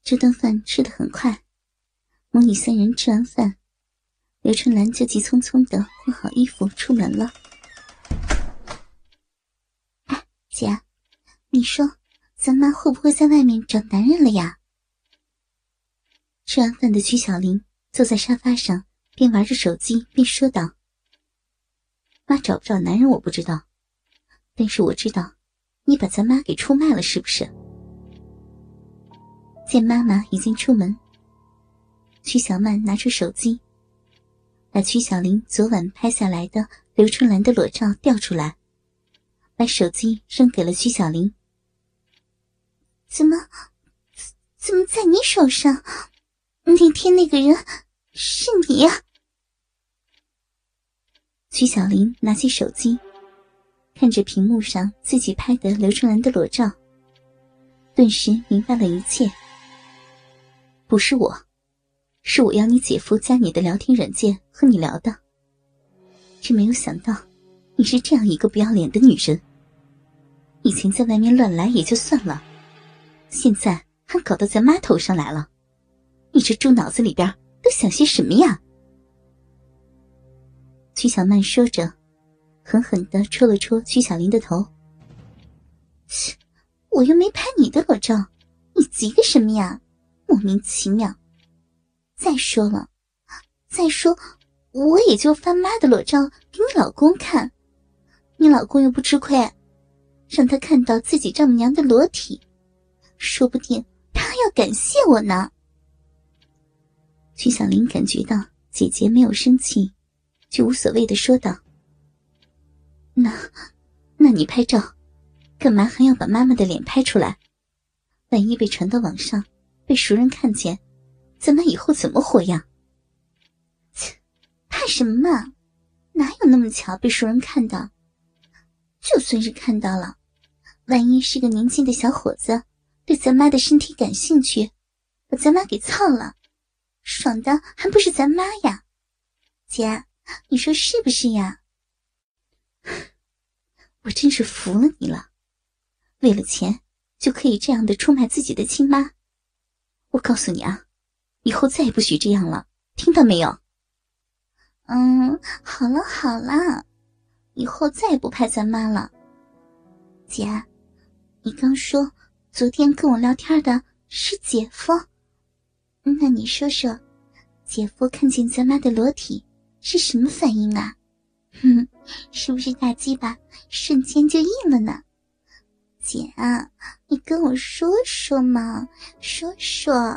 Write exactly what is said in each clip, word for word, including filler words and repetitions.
这顿饭吃得很快，母女三人吃完饭，刘春兰就急匆匆地换好衣服出门了。哎，姐，你说咱妈会不会在外面找男人了呀？吃完饭的曲小玲坐在沙发上，边玩着手机边说道：妈找不找男人我不知道，但是我知道你把咱妈给出卖了是不是？见妈妈已经出门，曲小曼拿出手机，把曲小玲昨晚拍下来的刘春兰的裸照调出来，把手机扔给了曲小玲。怎么怎么在你手上？那天那个人是你呀？曲小玲拿起手机，看着屏幕上自己拍的刘春兰的裸照，顿时明白了一切。不是我，是我要你姐夫加你的聊天软件和你聊的。真没有想到你是这样一个不要脸的女人。以前在外面乱来也就算了，现在还搞到咱妈头上来了。你这猪脑子里边都想些什么呀？曲小曼说着，狠狠地戳了戳曲小玲的头。切，我又没拍你的裸照，你急个什么呀？莫名其妙。再说了，再说我也就发妈的裸照给你老公看，你老公又不吃亏，让他看到自己丈母娘的裸体，说不定他还要感谢我呢。曲小玲感觉到姐姐没有生气，就无所谓地说道：那那你拍照干嘛还要把妈妈的脸拍出来？万一被传到网上被熟人看见，咱们以后怎么活呀？切，怕什么嘛，哪有那么巧被熟人看到？就算是看到了，万一是个年轻的小伙子对咱妈的身体感兴趣，把咱妈给操了，爽的还不是咱妈呀？姐，你说是不是呀？我真是服了你了，为了钱就可以这样的出卖自己的亲妈。我告诉你啊，以后再也不许这样了，听到没有？嗯，好了好了，以后再也不拍咱妈了。姐，你刚说昨天跟我聊天的是姐夫，那你说说，姐夫看见咱妈的裸体是什么反应啊？哼，是不是大鸡巴瞬间就硬了呢？姐啊，你跟我说说嘛，说说。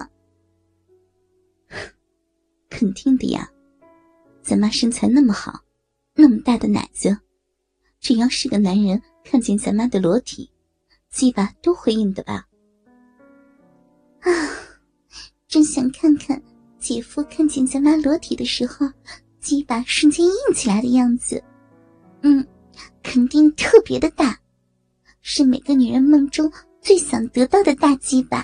肯定的呀，咱妈身材那么好，那么大的奶子，只要是个男人看见咱妈的裸体，鸡巴都会硬的吧？啊，真想看看姐夫看见咱妈裸体的时候，鸡巴瞬间硬起来的样子。嗯，肯定特别的大，是每个女人梦中最想得到的大鸡巴。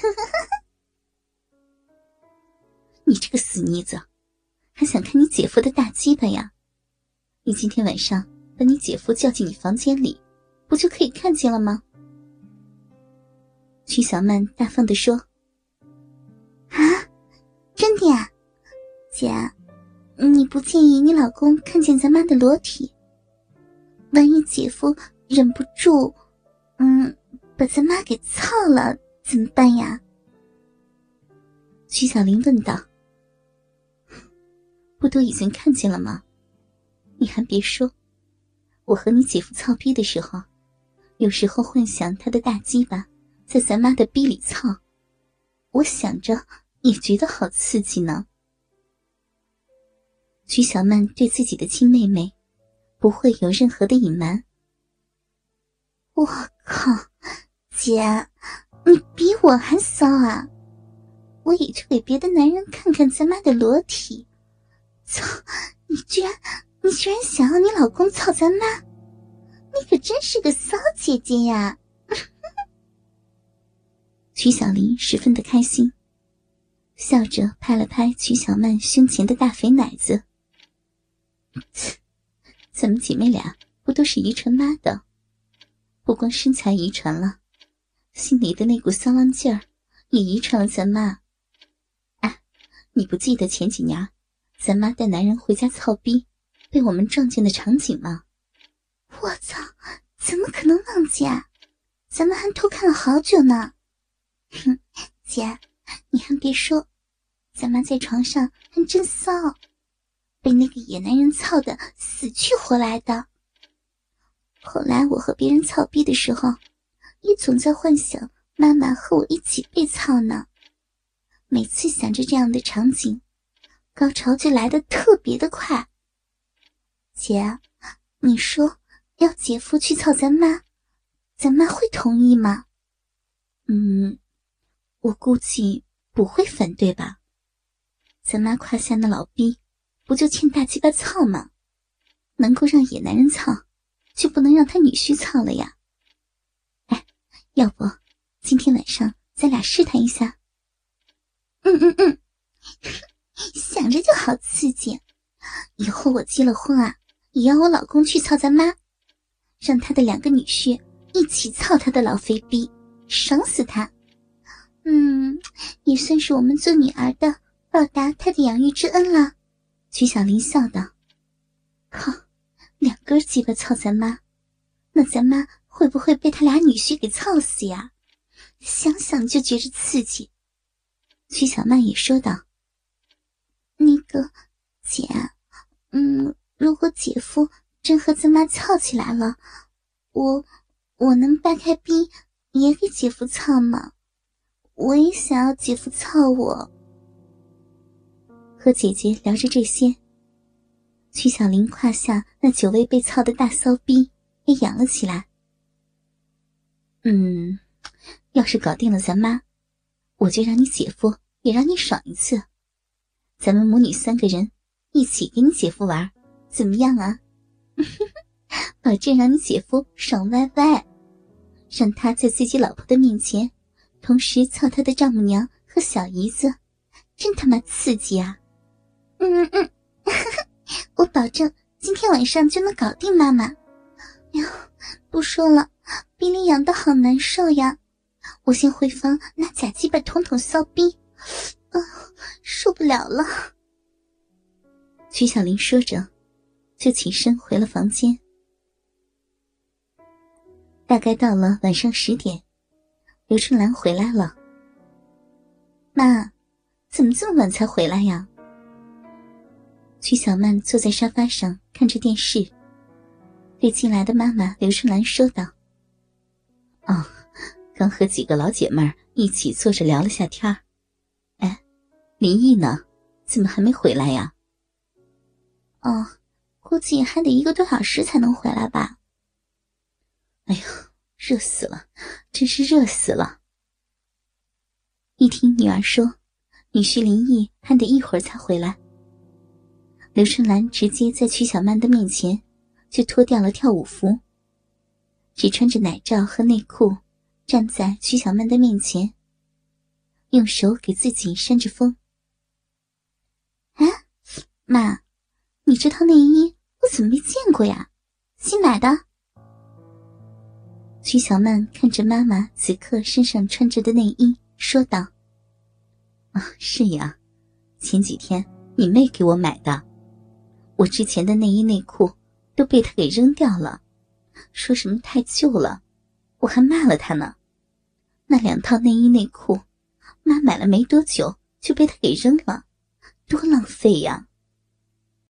你这个死妮子，还想看你姐夫的大鸡巴呀？你今天晚上把你姐夫叫进你房间里，不就可以看见了吗？曲小曼大方地说。啊，真的呀？姐，你不介意你老公看见咱妈的裸体？万一姐夫忍不住嗯，把咱妈给操了怎么办呀？曲小玲问道。不都已经看见了吗？你还别说，我和你姐夫操逼的时候，有时候幻想他的大鸡巴在咱妈的逼里操，我想着也觉得好刺激呢。曲小曼对自己的亲妹妹不会有任何的隐瞒。我靠，姐，你比我还骚啊！我也去给别的男人看看咱妈的裸体。操，你居然你居然想要你老公操咱妈，你可真是个骚姐姐呀。曲小玲十分的开心，笑着拍了拍曲小曼胸前的大肥奶子。咱们姐妹俩不都是遗传妈的，不光身材遗传了，心里的那股骚浪劲儿也遗传了咱妈。啊，你不记得前几年咱妈带男人回家操逼被我们撞见的场景吗？ 我操，怎么可能忘记啊？咱们还偷看了好久呢。哼，姐，你还别说，咱妈在床上还真骚，被那个野男人操得死去活来的。后来我和别人操逼的时候，也总在幻想妈妈和我一起被操呢。每次想着这样的场景，高潮就来得特别的快。姐，你说要姐夫去操咱妈，咱妈会同意吗？ 嗯，我估计不会反对吧。咱妈胯下那老逼不就欠大鸡巴操吗？能够让野男人操，就不能让他女婿操了呀。哎，要不今天晚上咱俩试探一下？ 嗯嗯嗯，想着就好刺激。以后我结了婚啊，也要我老公去操咱妈，让他的两个女婿一起操他的老肥逼，爽死他。嗯，也算是我们做女儿的报答他的养育之恩了。 曲小玲笑道。靠，两根鸡巴操咱妈，那咱妈会不会被他俩女婿给操死呀？ 想想就觉着刺激。 曲小曼也说道。 那个姐，嗯，如果姐夫真和咱妈操起来了，我我能掰开逼也给姐夫操吗？我也想要姐夫操我。 和姐姐聊着这些，曲小玲胯下那久未被操的大骚逼也痒了起来。嗯，要是搞定了咱妈，我就让你姐夫也让你爽一次。咱们母女三个人一起给你姐夫玩，怎么样啊？保证让你姐夫爽歪歪，让他在自己老婆的面前同时操他的丈母娘和小姨子，真他妈刺激啊！ 嗯嗯嗯，我保证今天晚上就能搞定妈妈。哟，不说了，逼里痒得好难受呀！我先回房拿假鸡巴捅捅骚逼，啊、呃，受不了了。 曲小玲说着，就起身回了房间。大概到了晚上十点，刘春兰回来了。妈，怎么这么晚才回来呀？曲小曼坐在沙发上看着电视，对进来的妈妈刘春兰说道：哦，刚和几个老姐妹儿一起坐着聊了下天儿。哎，林毅呢？怎么还没回来呀？ 哦，估计还得一个多小时才能回来吧。 哎呦，热死了，真是热死了。一听女儿说女婿林毅还得一会儿才回来，刘春兰直接在曲小曼的面前就脱掉了跳舞服，只穿着奶罩和内裤站在曲小曼的面前，用手给自己扇着风。 哎，妈，你这套内衣我怎么没见过呀？新买的？ 曲小曼看着妈妈此刻身上穿着的内衣说道：啊，是呀，前几天你妹给我买的，我之前的内衣内裤都被她给扔掉了，说什么太旧了，我还骂了她呢。那两套内衣内裤妈买了没多久就被她给扔了，多浪费呀。